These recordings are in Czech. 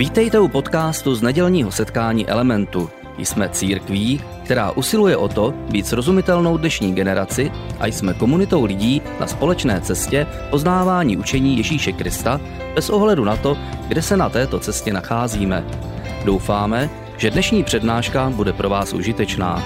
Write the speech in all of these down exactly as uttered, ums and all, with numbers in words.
Vítejte u podcastu z nedělního setkání Elementu. Jsme církví, která usiluje o to být srozumitelnou dnešní generaci a jsme komunitou lidí na společné cestě poznávání učení Ježíše Krista bez ohledu na to, kde se na této cestě nacházíme. Doufáme, že dnešní přednáška bude pro vás užitečná.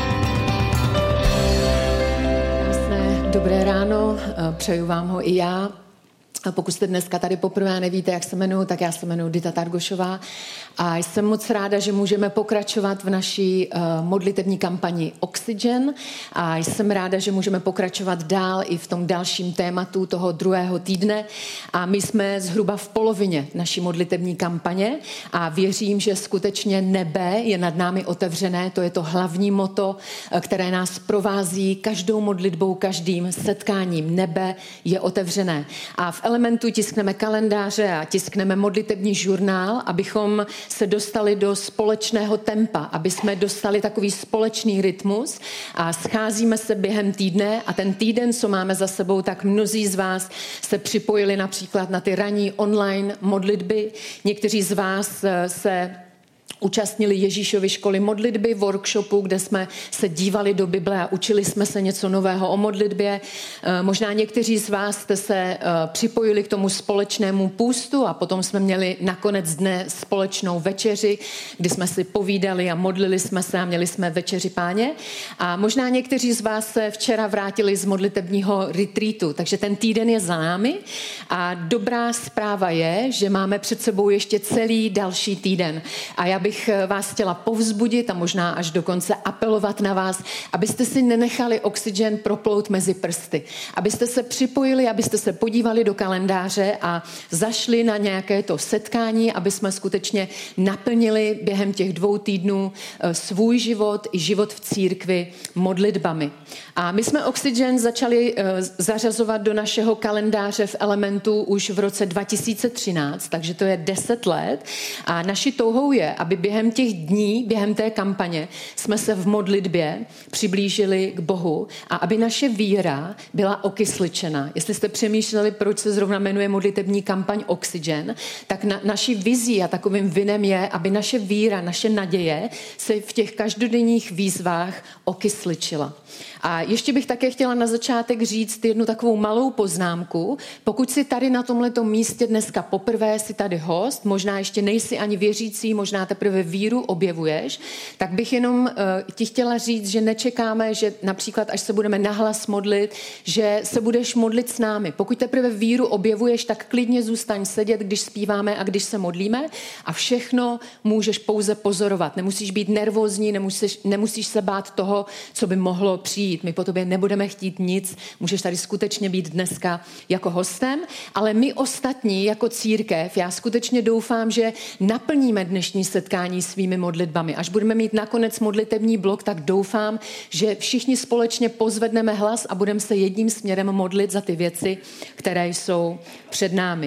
Dobré ráno, přeju vám ho i já. A pokud jste dneska tady poprvé nevíte, jak se jmenuji, tak já se jmenuji Dita Targošová a jsem moc ráda, že můžeme pokračovat v naší uh, modlitevní kampani Oxygen a jsem ráda, že můžeme pokračovat dál i v tom dalším tématu toho druhého týdne a my jsme zhruba v polovině naší modlitevní kampaně a věřím, že skutečně nebe je nad námi otevřené, to je to hlavní motto, které nás provází každou modlitbou, každým setkáním. Nebe je otevřené a v Elementu tiskneme kalendáře a tiskneme modlitevní žurnál, abychom se dostali do společného tempa, aby jsme dostali takový společný rytmus a scházíme se během týdne a ten týden, co máme za sebou, tak mnozí z vás se připojili například na ty ranní online modlitby. Někteří z vás se účastnili Ježíšovy školy modlitby, workshopu, kde jsme se dívali do Bible a učili jsme se něco nového o modlitbě. Možná někteří z vás jste se připojili k tomu společnému půstu a potom jsme měli nakonec dne společnou večeři, kdy jsme si povídali a modlili jsme se a měli jsme večeři Páně. A možná někteří z vás se včera vrátili z modlitebního retreatu, takže ten týden je za námi a dobrá zpráva je, že máme před sebou ještě celý další týden. A já bych vás chtěla povzbudit a možná až dokonce apelovat na vás, abyste si nenechali Oxygen proplout mezi prsty. Abyste se připojili, abyste se podívali do kalendáře a zašli na nějaké to setkání, aby jsme skutečně naplnili během těch dvou týdnů svůj život i život v církvi modlitbami. A my jsme Oxygen začali zařazovat do našeho kalendáře v Elementu už v roce dva tisíce třináct, takže to je deset let a naší touhou je, aby během těch dní, během té kampaně jsme se v modlitbě přiblížili k Bohu a aby naše víra byla okysličena. Jestli jste přemýšleli, proč se zrovna jmenuje modlitební kampaň Oxygen, tak na, naší vizí a takovým vinem je, aby naše víra, naše naděje se v těch každodenních výzvách okysličila. A ještě bych také chtěla na začátek říct jednu takovou malou poznámku. Pokud si tady na tomhletom místě dneska poprvé, si tady host, možná ještě nejsi ani věřící, možná teprve víru objevuješ, tak bych jenom uh, ti chtěla říct, že nečekáme, že například, až se budeme nahlas modlit, že se budeš modlit s námi. Pokud teprve víru objevuješ, tak klidně zůstaň sedět, když zpíváme a když se modlíme a všechno můžeš pouze pozorovat. Nemusíš být nervózní, nemusíš, nemusíš se bát toho, co by mohlo přijít. My po tobě nebudeme chtít nic, můžeš tady skutečně být dneska jako hostem, ale my ostatní jako církev, já skutečně doufám, že naplníme dnešní setkání svými modlitbami. Až budeme mít nakonec modlitební blok, tak doufám, že všichni společně pozvedneme hlas a budeme se jedním směrem modlit za ty věci, které jsou před námi.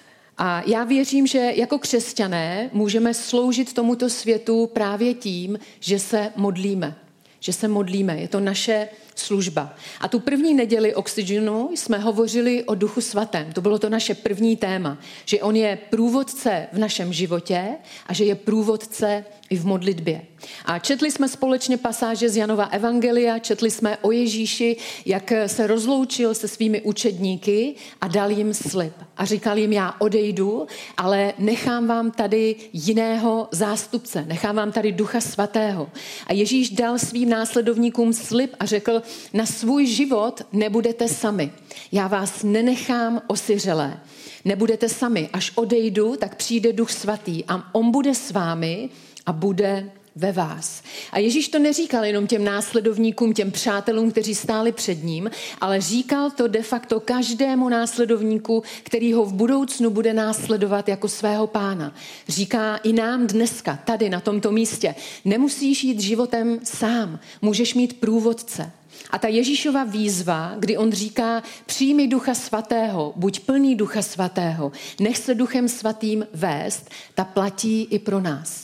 A já věřím, že jako křesťané můžeme sloužit tomuto světu právě tím, že se modlíme. Že se modlíme, je to naše služba. A tu první neděli Oxygenu jsme hovořili o Duchu Svatém. To bylo to naše první téma, že on je průvodce v našem životě a že je průvodce i v modlitbě. A četli jsme společně pasáže z Janova evangelia, četli jsme o Ježíši, jak se rozloučil se svými učedníky a dal jim slib. A říkal jim, já odejdu, ale nechám vám tady jiného zástupce, nechám vám tady Ducha Svatého. A Ježíš dal svým následovníkům slib a řekl, na svůj život nebudete sami. Já vás nenechám osiřelé. Nebudete sami. Až odejdu, tak přijde Duch Svatý a on bude s vámi a bude ve vás. A Ježíš to neříkal jenom těm následovníkům, těm přátelům, kteří stáli před ním, ale říkal to de facto každému následovníku, který ho v budoucnu bude následovat jako svého pána. Říká i nám dneska, tady na tomto místě, nemusíš jít životem sám, můžeš mít průvodce. A ta Ježíšova výzva, kdy on říká, přijmi Ducha Svatého, buď plný Ducha Svatého, nech se Duchem Svatým vést, ta platí i pro nás.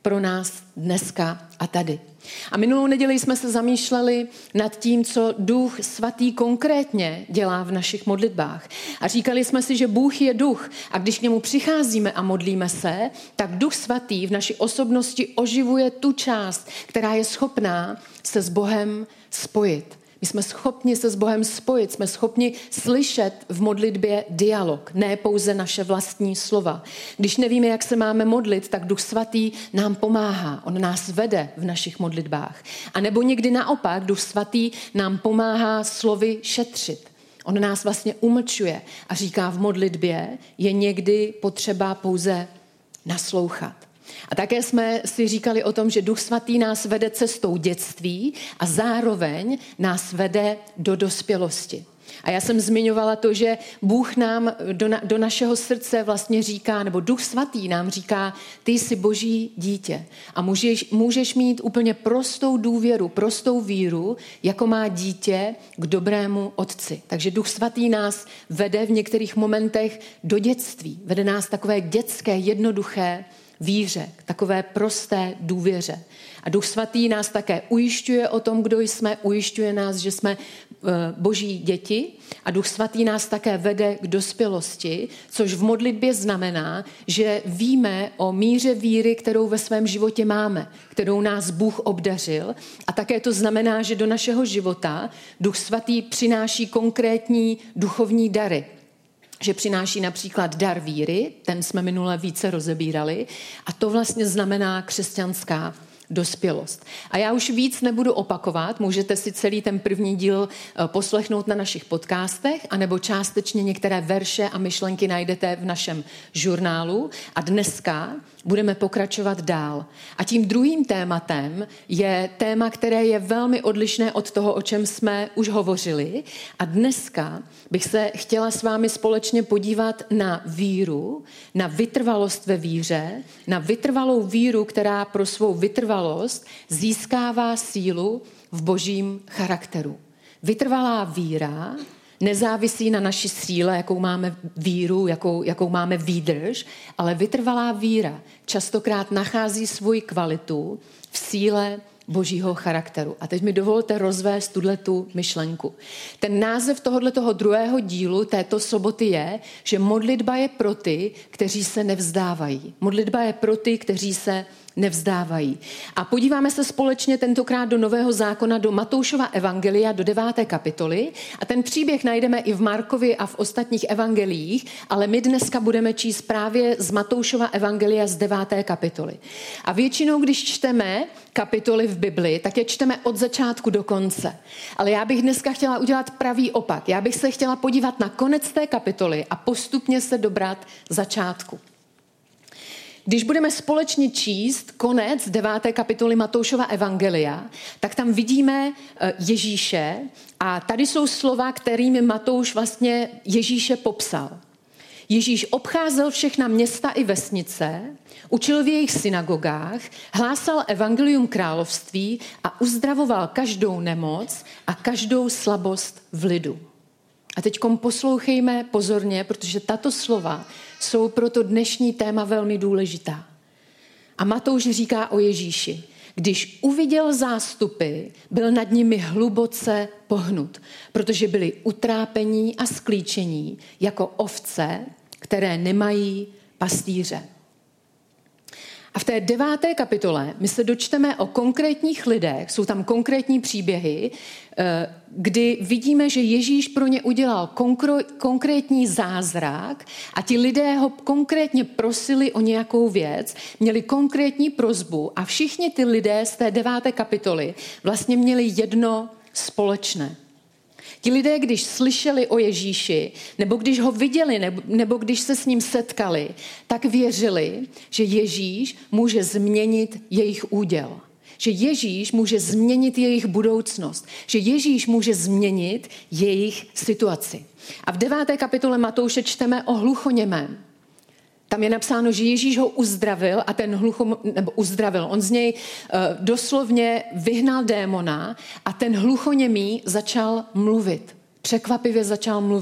pro nás dneska a tady. A minulou neděli jsme se zamýšleli nad tím, co Duch Svatý konkrétně dělá v našich modlitbách. A říkali jsme si, že Bůh je duch a když k němu přicházíme a modlíme se, tak Duch Svatý v naší osobnosti oživuje tu část, která je schopná se s Bohem spojit. My jsme schopni se s Bohem spojit, jsme schopni slyšet v modlitbě dialog, ne pouze naše vlastní slova. Když nevíme, jak se máme modlit, tak Duch Svatý nám pomáhá, on nás vede v našich modlitbách. A nebo někdy naopak, Duch Svatý nám pomáhá slovy šetřit. On nás vlastně umlčuje a říká, v modlitbě je někdy potřeba pouze naslouchat. A také jsme si říkali o tom, že Duch Svatý nás vede cestou dětství a zároveň nás vede do dospělosti. A já jsem zmiňovala to, že Bůh nám do, na, do našeho srdce vlastně říká, nebo Duch Svatý nám říká, ty jsi Boží dítě a můžeš, můžeš mít úplně prostou důvěru, prostou víru, jako má dítě k dobrému otci. Takže Duch Svatý nás vede v některých momentech do dětství. Vede nás takové dětské, jednoduché víře, k takové prosté důvěře. A Duch Svatý nás také ujišťuje o tom, kdo jsme, ujišťuje nás, že jsme Boží děti a Duch Svatý nás také vede k dospělosti, což v modlitbě znamená, že víme o míře víry, kterou ve svém životě máme, kterou nás Bůh obdařil a také to znamená, že do našeho života Duch Svatý přináší konkrétní duchovní dary. Že přináší například dar víry, ten jsme minule více rozebírali, a to vlastně znamená křesťanská dospělost. A já už víc nebudu opakovat, můžete si celý ten první díl poslechnout na našich podcastech, anebo částečně některé verše a myšlenky najdete v našem žurnálu. A dneska budeme pokračovat dál. A tím druhým tématem je téma, které je velmi odlišné od toho, o čem jsme už hovořili. A dneska bych se chtěla s vámi společně podívat na víru, na vytrvalost ve víře, na vytrvalou víru, která pro svou vytrvalost získává sílu v Božím charakteru. Vytrvalá víra nezávisí na naší síle, jakou máme víru, jakou, jakou máme výdrž, ale vytrvalá víra častokrát nachází svoji kvalitu v síle Božího charakteru. A teď mi dovolte rozvést tuhletu myšlenku. Ten název tohoto druhého dílu této soboty je, že modlitba je pro ty, kteří se nevzdávají. Modlitba je pro ty, kteří se nevzdávají. A podíváme se společně tentokrát do Nového zákona, do Matoušova evangelia, do deváté kapitoly. A ten příběh najdeme i v Markovi a v ostatních evangeliích, ale my dneska budeme číst právě z Matoušova evangelia z deváté kapitoly. A většinou, když čteme kapitoly v Bibli, tak je čteme od začátku do konce. Ale já bych dneska chtěla udělat pravý opak. Já bych se chtěla podívat na konec té kapitoly a postupně se dobrat začátku. Když budeme společně číst konec deváté kapitoly Matoušova evangelia, tak tam vidíme Ježíše a tady jsou slova, kterými Matouš vlastně Ježíše popsal. Ježíš obcházel všechna města i vesnice, učil v jejich synagogách, hlásal evangelium království a uzdravoval každou nemoc a každou slabost v lidu. A teďkom poslouchejme pozorně, protože tato slova jsou pro to dnešní téma velmi důležitá. A Matouš říká o Ježíši. Když uviděl zástupy, byl nad nimi hluboce pohnut, protože byli utrápení a sklíčení jako ovce, které nemají pastýře. A v té deváté kapitole my se dočteme o konkrétních lidech, jsou tam konkrétní příběhy, kdy vidíme, že Ježíš pro ně udělal konkrétní zázrak a ti lidé ho konkrétně prosili o nějakou věc, měli konkrétní prosbu a všichni ty lidé z té deváté kapitoly vlastně měli jedno společné. Ti lidé, když slyšeli o Ježíši, nebo když ho viděli, nebo, nebo když se s ním setkali, tak věřili, že Ježíš může změnit jejich úděl. Že Ježíš může změnit jejich budoucnost. Že Ježíš může změnit jejich situaci. A v deváté kapitole Matouše čteme o hluchoněmém. Tam je napsáno, že Ježíš ho uzdravil a ten hluchom, nebo uzdravil. On z něj uh, doslovně vyhnal démona a ten hluchoněmý začal mluvit. Překvapivě začal mluvit.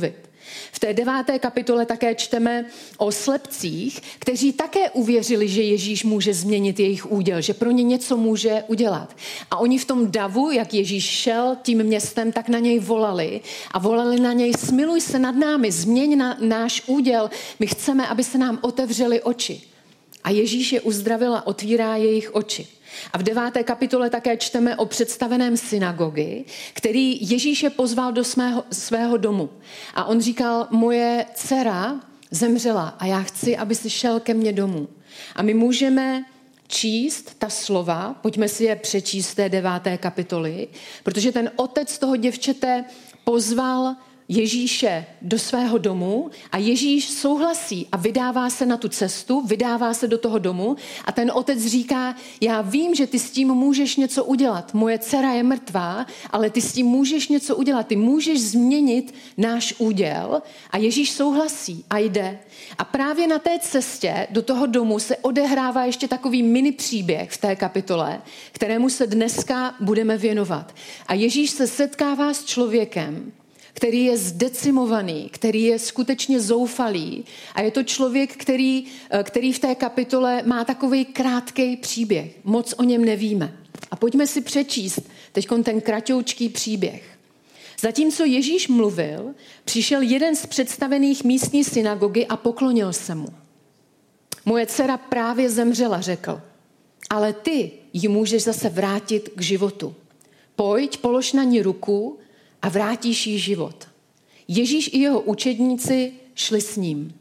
V té deváté kapitole také čteme o slepcích, kteří také uvěřili, že Ježíš může změnit jejich úděl, že pro ně něco může udělat. A oni v tom davu, jak Ježíš šel tím městem, tak na něj volali a volali na něj: smiluj se nad námi, změň na náš úděl, my chceme, aby se nám otevřely oči. A Ježíš je uzdravil a otvírá jejich oči. A v deváté kapitole také čteme o představeném synagogy, který Ježíše pozval do svého, svého domu. A on říkal: moje dcera zemřela a já chci, aby si šel ke mně domů. A my můžeme číst ta slova, pojďme si je přečíst z té deváté kapitoly, protože ten otec toho děvčete pozval Ježíše do svého domu a Ježíš souhlasí a vydává se na tu cestu, vydává se do toho domu a ten otec říká: já vím, že ty s tím můžeš něco udělat. Moje dcera je mrtvá, ale ty s tím můžeš něco udělat. Ty můžeš změnit náš úděl. A Ježíš souhlasí a jde. A právě na té cestě do toho domu se odehrává ještě takový mini příběh v té kapitole, kterému se dneska budeme věnovat. A Ježíš se setkává s člověkem, který je zdecimovaný, který je skutečně zoufalý. A je to člověk, který, který v té kapitole má takový krátký příběh. Moc o něm nevíme. A pojďme si přečíst teď ten kratoučký příběh. Zatímco Ježíš mluvil, přišel jeden z představených místní synagogy a poklonil se mu. Moje dcera právě zemřela, řekl, ale ty ji můžeš zase vrátit k životu. Pojď, polož na ní ruku a vrátíš jí život. Ježíš i jeho učedníci šli s ním.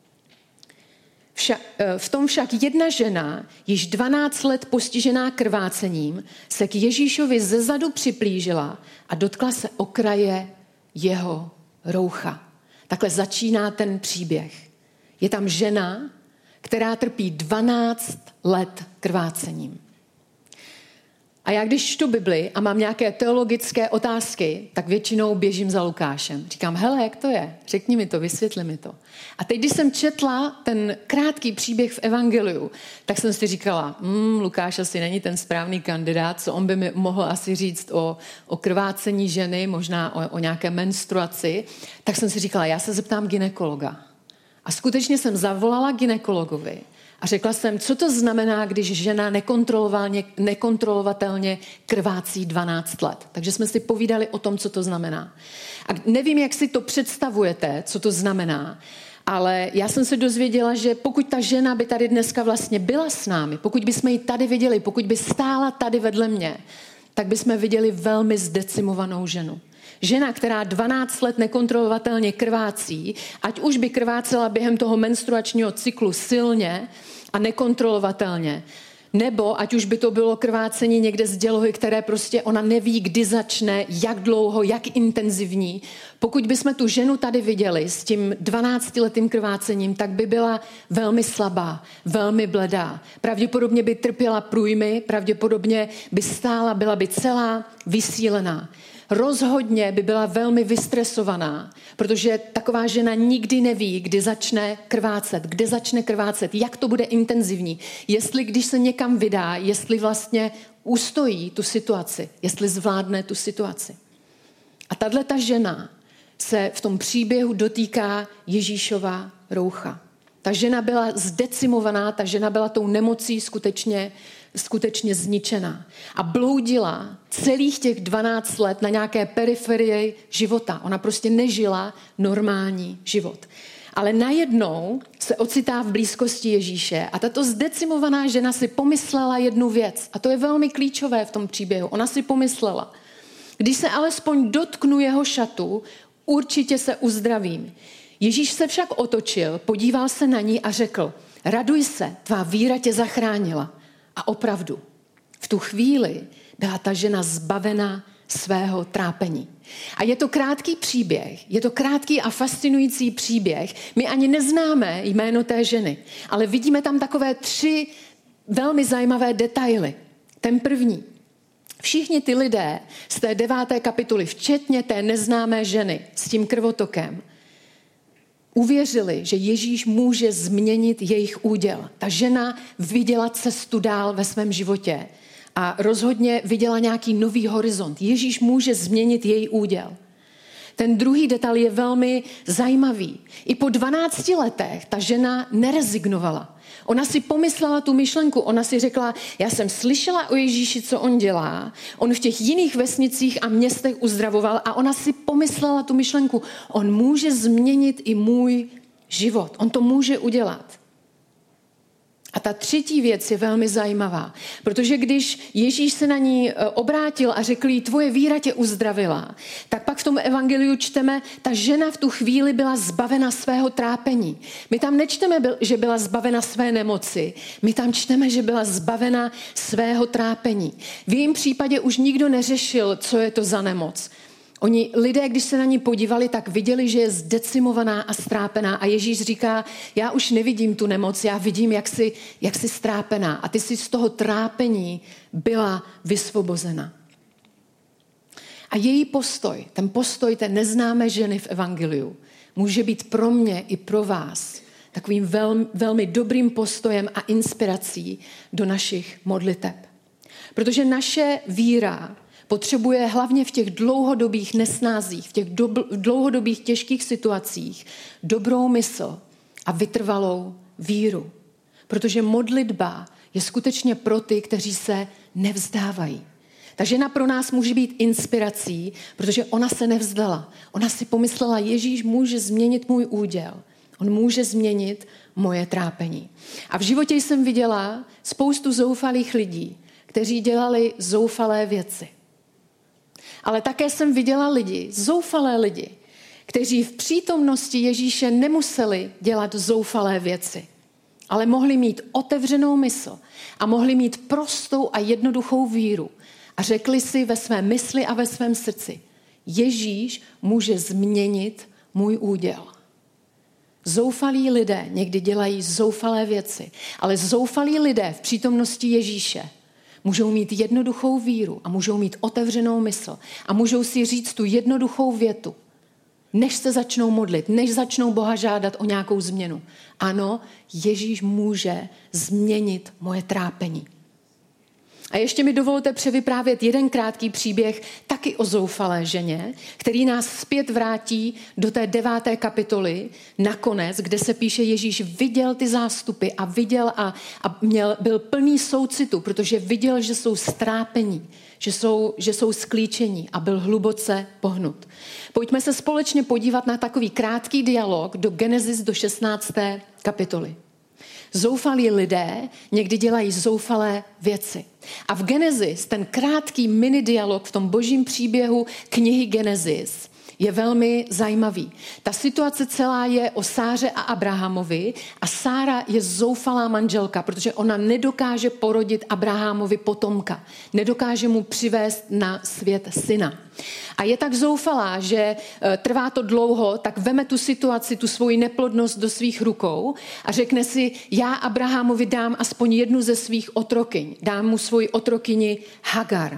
Vša, v tom však jedna žena, již dvanáct let postižená krvácením, se k Ježíšovi zezadu připlížila a dotkla se okraje jeho roucha. Takhle začíná ten příběh. Je tam žena, která trpí dvanáct let krvácením. A já když čtu Bibli a mám nějaké teologické otázky, tak většinou běžím za Lukášem. Říkám: hele, jak to je? Řekni mi to, vysvětli mi to. A teď, když jsem četla ten krátký příběh v evangeliu, tak jsem si říkala, mm, Lukáš asi není ten správný kandidát, co on by mi mohl asi říct o, o krvácení ženy, možná o, o nějaké menstruaci. Tak jsem si říkala, já se zeptám gynekologa. A skutečně jsem zavolala gynekologovi a řekla jsem, co to znamená, když žena nekontrolovatelně krvácí dvanáct let. Takže jsme si povídali o tom, co to znamená. A nevím, jak si to představujete, co to znamená, ale já jsem se dozvěděla, že pokud ta žena by tady dneska vlastně byla s námi, pokud bychom ji tady viděli, pokud by stála tady vedle mě, tak bychom viděli velmi zdecimovanou ženu. Žena, která dvanáct let nekontrolovatelně krvácí, ať už by krvácela během toho menstruačního cyklu silně a nekontrolovatelně, nebo ať už by to bylo krvácení někde z dělohy, které prostě ona neví, kdy začne, jak dlouho, jak intenzivní. Pokud bychom tu ženu tady viděli s tím dvanáctiletým krvácením, tak by byla velmi slabá, velmi bledá. Pravděpodobně by trpěla průjmy, pravděpodobně by stála, byla by celá vysílená. Rozhodně by byla velmi vystresovaná, protože taková žena nikdy neví, kdy začne krvácet, kde začne krvácet, jak to bude intenzivní, jestli když se někam vydá, jestli vlastně ustojí tu situaci, jestli zvládne tu situaci. A tato žena se v tom příběhu dotýká Ježíšova roucha. Ta žena byla zdecimovaná, ta žena byla tou nemocí skutečně skutečně zničená. A bloudila celých těch dvanáct let na nějaké periferii života. Ona prostě nežila normální život. Ale najednou se ocitá v blízkosti Ježíše a tato zdecimovaná žena si pomyslela jednu věc. A to je velmi klíčové v tom příběhu. Ona si pomyslela, když se alespoň dotknu jeho šatu, určitě se uzdravím. Ježíš se však otočil, podíval se na ní a řekl, raduj se, tvá víra tě zachránila. A opravdu, v tu chvíli byla ta žena zbavena svého trápení. A je to krátký příběh, je to krátký a fascinující příběh. My ani neznáme jméno té ženy, ale vidíme tam takové tři velmi zajímavé detaily. Ten první. Všichni ty lidé z té deváté kapitoly, včetně té neznámé ženy s tím krvotokem, uvěřili, že Ježíš může změnit jejich úděl. Ta žena viděla cestu dál ve svém životě a rozhodně viděla nějaký nový horizont. Ježíš může změnit její úděl. Ten druhý detail je velmi zajímavý. I po dvanácti letech ta žena nerezignovala. Ona si pomyslela tu myšlenku, ona si řekla, já jsem slyšela o Ježíši, co on dělá, on v těch jiných vesnicích a městech uzdravoval a ona si pomyslela tu myšlenku, on může změnit i můj život, on to může udělat. A ta třetí věc je velmi zajímavá, protože když Ježíš se na ní obrátil a řekl jí, tvoje víra tě uzdravila, tak pak v tom evangeliu čteme, ta žena v tu chvíli byla zbavena svého trápení. My tam nečteme, že byla zbavena své nemoci, my tam čteme, že byla zbavena svého trápení. V jejím případě už nikdo neřešil, co je to za nemoc. Oni, lidé, když se na ní podívali, tak viděli, že je zdecimovaná a strápená. A Ježíš říká, já už nevidím tu nemoc, já vidím, jak jsi, jak jsi strápená. A ty jsi z toho trápení byla vysvobozena. A její postoj, ten postoj té neznámé ženy v evangeliu, může být pro mě i pro vás takovým velmi, velmi dobrým postojem a inspirací do našich modliteb. Protože naše víra potřebuje hlavně v těch dlouhodobých nesnázích, v těch dob- dlouhodobých těžkých situacích dobrou mysl a vytrvalou víru. Protože modlitba je skutečně pro ty, kteří se nevzdávají. Ta žena pro nás může být inspirací, protože ona se nevzdala. Ona si pomyslela, Ježíš může změnit můj úděl. On může změnit moje trápení. A v životě jsem viděla spoustu zoufalých lidí, kteří dělali zoufalé věci. Ale také jsem viděla lidi, zoufalé lidi, kteří v přítomnosti Ježíše nemuseli dělat zoufalé věci, ale mohli mít otevřenou mysl a mohli mít prostou a jednoduchou víru. A řekli si ve své mysli a ve svém srdci, Ježíš může změnit můj úděl. Zoufalí lidé někdy dělají zoufalé věci, ale zoufalí lidé v přítomnosti Ježíše můžou mít jednoduchou víru a můžou mít otevřenou mysl a můžou si říct tu jednoduchou větu, než se začnou modlit, než začnou Boha žádat o nějakou změnu. Ano, Ježíš může změnit moje trápení. A ještě mi dovolte převyprávět jeden krátký příběh taky o zoufalé ženě, který nás zpět vrátí do té deváté kapitoly nakonec, kde se píše, Ježíš viděl ty zástupy a viděl a, a měl, byl plný soucitu, protože viděl, že jsou strápení, že jsou, že jsou sklíčení a byl hluboce pohnut. Pojďme se společně podívat na takový krátký dialog do Genesis do šestnácté kapitoly. Zoufalí lidé někdy dělají zoufalé věci. A v Genesis, ten krátký mini dialog v tom božím příběhu knihy Genesis je velmi zajímavý. Ta situace celá je o Sáře a Abrahamovi a Sára je zoufalá manželka, protože ona nedokáže porodit Abrahamovi potomka. Nedokáže mu přivést na svět syna. A je tak zoufalá, že trvá to dlouho, tak veme tu situaci, tu svoji neplodnost do svých rukou a řekne si, já Abrahamovi dám aspoň jednu ze svých otrokyň. Dám mu svoji otrokyni Hagar.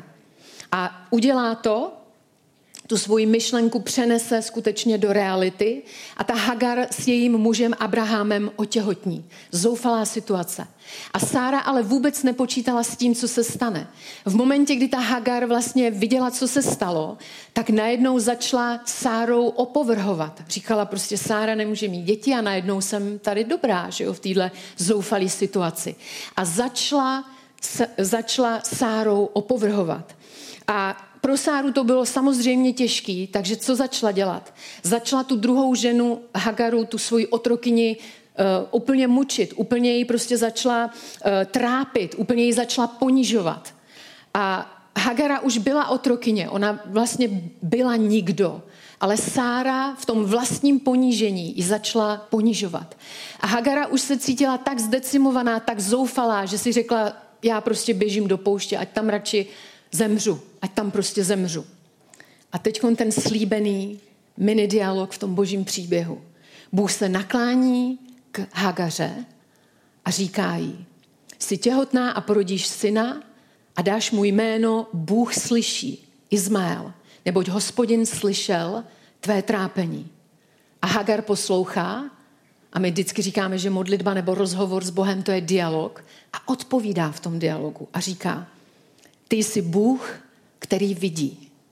A udělá to, tu svoji myšlenku přenese skutečně do reality a ta Hagar s jejím mužem Abrahamem otěhotní. Zoufalá situace. A Sára ale vůbec nepočítala s tím, co se stane. V momentě, kdy ta Hagar vlastně viděla, co se stalo, tak najednou začala Sárou opovrhovat. Říkala prostě, Sára nemůže mít děti a najednou jsem tady dobrá, že jo, v téhle zoufalé situaci. A začala, začala Sárou opovrhovat. A pro Sáru to bylo samozřejmě těžký, takže co začala dělat? Začala tu druhou ženu Hagaru, tu svoji otrokyni, uh, úplně mučit, úplně ji prostě začala uh, trápit, úplně ji začala ponižovat. A Hagara už byla otrokyně, ona vlastně byla nikdo, ale Sára v tom vlastním ponížení ji začala ponižovat. A Hagara už se cítila tak zdecimovaná, tak zoufalá, že si řekla, já prostě běžím do pouště, ať tam radši zemřu, ať tam prostě zemřu. A teď ten slíbený mini dialog v tom božím příběhu. Bůh se naklání k Hagaře a říká jí, jsi těhotná a porodíš syna a dáš mu jméno Bůh slyší, Izmael, neboť Hospodin slyšel tvé trápení. A Hagar poslouchá a my vždycky říkáme, že modlitba nebo rozhovor s Bohem to je dialog a odpovídá v tom dialogu a říká, ty jsi Bůh, který vidí.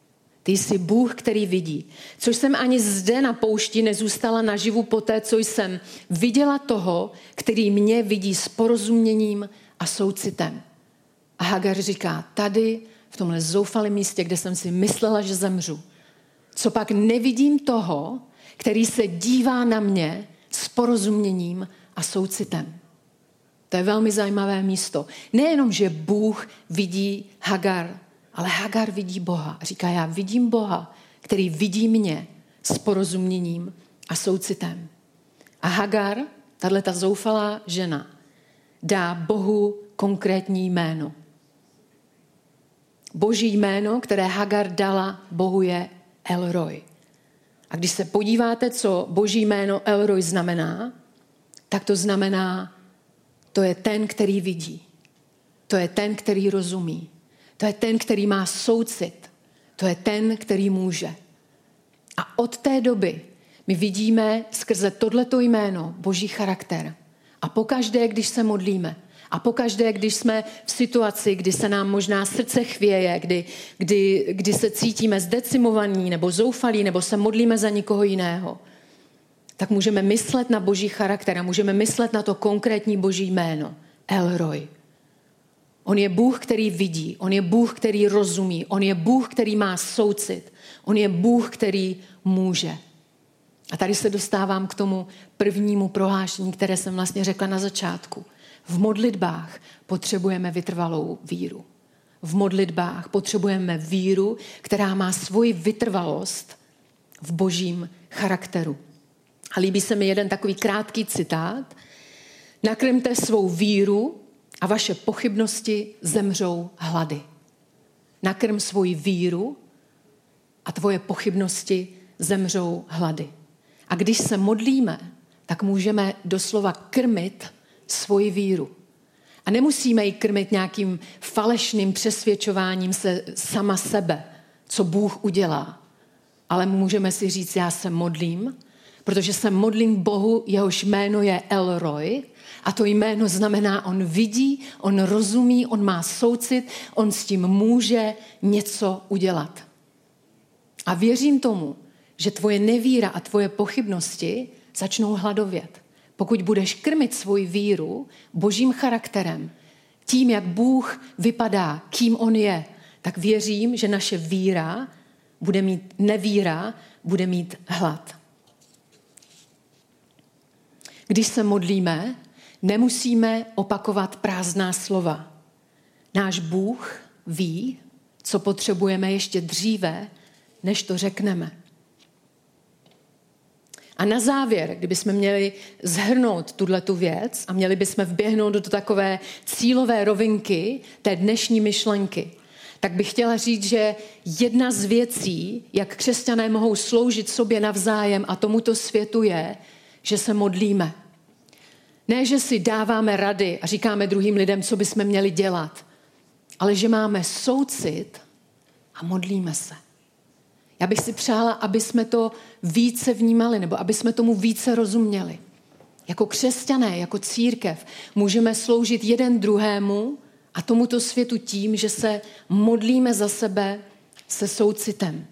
Ty jsi Bůh, který vidí. Což jsem ani zde na poušti nezůstala naživu poté, co jsem viděla toho, který mě vidí s porozuměním a soucitem. A Hagar říká, tady v tomhle zoufalém místě, kde jsem si myslela, že zemřu, co pak nevidím toho, který se dívá na mě s porozuměním a soucitem. To je velmi zajímavé místo. Nejenom, že Bůh vidí Hagar, ale Hagar vidí Boha. Říká, já vidím Boha, který vidí mě s porozuměním a soucitem. A Hagar, tato zoufalá žena, dá Bohu konkrétní jméno. Boží jméno, které Hagar dala Bohu, je El Roj. A když se podíváte, co Boží jméno El Roj znamená, tak to znamená, to je ten, který vidí. To je ten, který rozumí. To je ten, který má soucit. To je ten, který může. A od té doby my vidíme skrze tohleto jméno Boží charakter. A pokaždé, když se modlíme, a pokaždé, když jsme v situaci, kdy se nám možná srdce chvěje, kdy, kdy, kdy se cítíme zdecimovaní nebo zoufalí, nebo se modlíme za někoho jiného, tak můžeme myslet na Boží charakter a můžeme myslet na to konkrétní Boží jméno. El Roj. On je Bůh, který vidí, on je Bůh, který rozumí, on je Bůh, který má soucit, on je Bůh, který může. A tady se dostávám k tomu prvnímu prohlášení, které jsem vlastně řekla na začátku. V modlitbách potřebujeme vytrvalou víru. V modlitbách potřebujeme víru, která má svoji vytrvalost v Božím charakteru. A líbí se mi jeden takový krátký citát. Nakrmte svou víru a vaše pochybnosti zemřou hlady. Nakrm svoji víru a tvoje pochybnosti zemřou hlady. A když se modlíme, tak můžeme doslova krmit svoji víru. A nemusíme ji krmit nějakým falešným přesvědčováním se sama sebe, co Bůh udělá. Ale můžeme si říct, já se modlím, protože se modlím k Bohu, jehož jméno je El Roj, a to jméno znamená, on vidí, on rozumí, on má soucit, on s tím může něco udělat. A věřím tomu, že tvoje nevíra a tvoje pochybnosti začnou hladovět. Pokud budeš krmit svoji víru Božím charakterem, tím, jak Bůh vypadá, kým on je, tak věřím, že naše víra bude mít, nevíra bude mít hlad. Když se modlíme, nemusíme opakovat prázdná slova. Náš Bůh ví, co potřebujeme ještě dříve, než to řekneme. A na závěr, kdybychom měli zhrnout tuhletu věc a měli bychom vběhnout do takové cílové rovinky té dnešní myšlenky, tak bych chtěla říct, že jedna z věcí, jak křesťané mohou sloužit sobě navzájem a tomuto světu je, že se modlíme. Ne, že si dáváme rady a říkáme druhým lidem, co bychom měli dělat, ale že máme soucit a modlíme se. Já bych si přála, aby jsme to více vnímali, nebo aby jsme tomu více rozuměli. Jako křesťané, jako církev, můžeme sloužit jeden druhému a tomuto světu tím, že se modlíme za sebe se soucitem.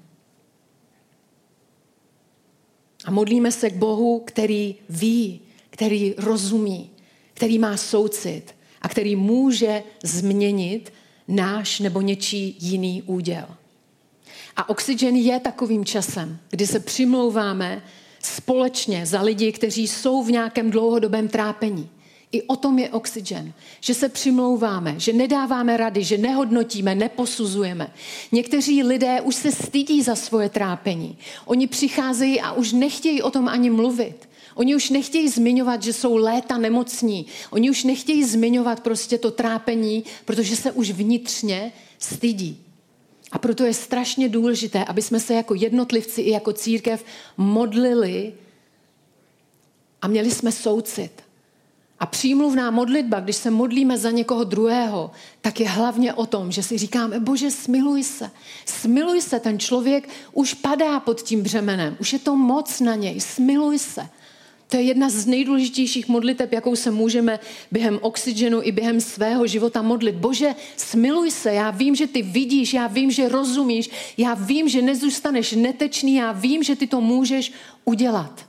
A modlíme se k Bohu, který ví, který rozumí, který má soucit a který může změnit náš nebo něčí jiný úděl. A Oxygen je takovým časem, kdy se přimlouváme společně za lidi, kteří jsou v nějakém dlouhodobém trápení. I o tom je Oxygen, že se přimlouváme, že nedáváme rady, že nehodnotíme, neposuzujeme. Někteří lidé už se stydí za svoje trápení. Oni přicházejí a už nechtějí o tom ani mluvit. Oni už nechtějí zmiňovat, že jsou léta nemocní. Oni už nechtějí zmiňovat prostě to trápení, protože se už vnitřně stydí. A proto je strašně důležité, aby jsme se jako jednotlivci i jako církev modlili a měli jsme soucit. A přímluvná modlitba, když se modlíme za někoho druhého, tak je hlavně o tom, že si říkáme, Bože, smiluj se. Smiluj se, ten člověk už padá pod tím břemenem, už je to moc na něj, smiluj se. To je jedna z nejdůležitějších modliteb, jakou se můžeme během oxygenu i během svého života modlit. Bože, smiluj se, já vím, že ty vidíš, já vím, že rozumíš, já vím, že nezůstaneš netečný, já vím, že ty to můžeš udělat.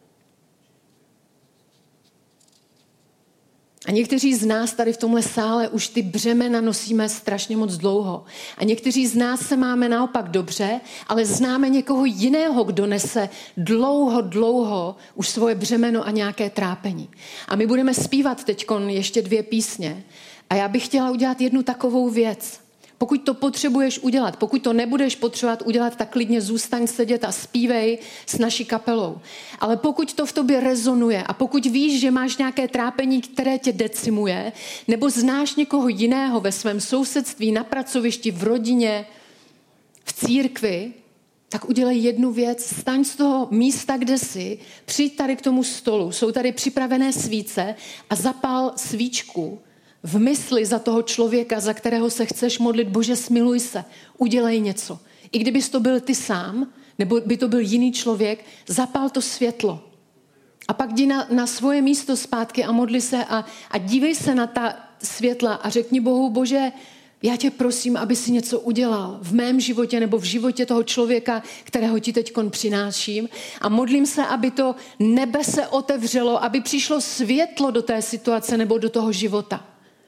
A někteří z nás tady v tomhle sále už ty břemena nosíme strašně moc dlouho. A někteří z nás se máme naopak dobře, ale známe někoho jiného, kdo nese dlouho, dlouho už svoje břemeno a nějaké trápení. A my budeme zpívat teďkon ještě dvě písně. A já bych chtěla udělat jednu takovou věc. Pokud to potřebuješ udělat, pokud to nebudeš potřebovat udělat, tak klidně zůstaň sedět a zpívej s naší kapelou. Ale pokud to v tobě rezonuje a pokud víš, že máš nějaké trápení, které tě decimuje, nebo znáš někoho jiného ve svém sousedství, na pracovišti, v rodině, v církvi, tak udělej jednu věc, staň z toho místa, kde jsi, přijď tady k tomu stolu, jsou tady připravené svíce a zapál svíčku v mysli za toho člověka, za kterého se chceš modlit. Bože, smiluj se, udělej něco. I kdybys to byl ty sám, nebo by to byl jiný člověk, zapál to světlo. A pak jdi na, na svoje místo zpátky a modli se a, a dívej se na ta světla a řekni Bohu, Bože, já tě prosím, aby si něco udělal v mém životě nebo v životě toho člověka, kterého ti teďkon přináším. A modlím se, aby to nebe se otevřelo, aby přišlo světlo do té situace nebo do toho života.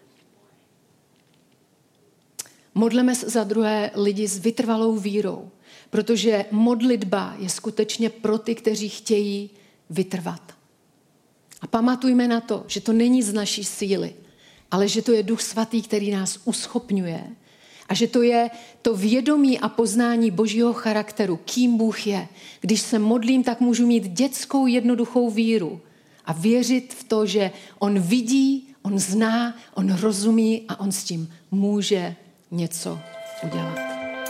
Modleme se za druhé lidi s vytrvalou vírou, protože modlitba je skutečně pro ty, kteří chtějí vytrvat. A pamatujme na to, že to není z naší síly, ale že to je Duch Svatý, který nás uschopňuje a že to je to vědomí a poznání Božího charakteru, kým Bůh je. Když se modlím, tak můžu mít dětskou jednoduchou víru a věřit v to, že on vidí, on zná, on rozumí a on s tím může něco udělat.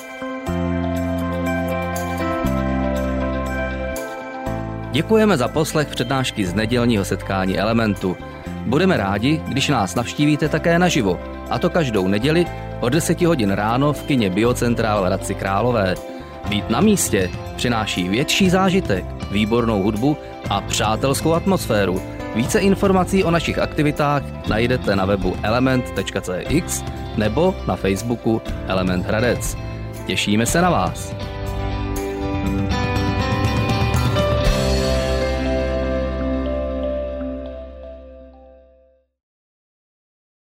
Děkujeme za poslech přednášky z nedělního setkání Elementu. Budeme rádi, když nás navštívíte také naživo, a to každou neděli od deseti hodin ráno v kině Biocentrál v Hradci Králové. Být na místě přináší větší zážitek, výbornou hudbu a přátelskou atmosféru. Více informací o našich aktivitách najdete na webu element tečka cé x nebo na Facebooku Element Hradec. Těšíme se na vás.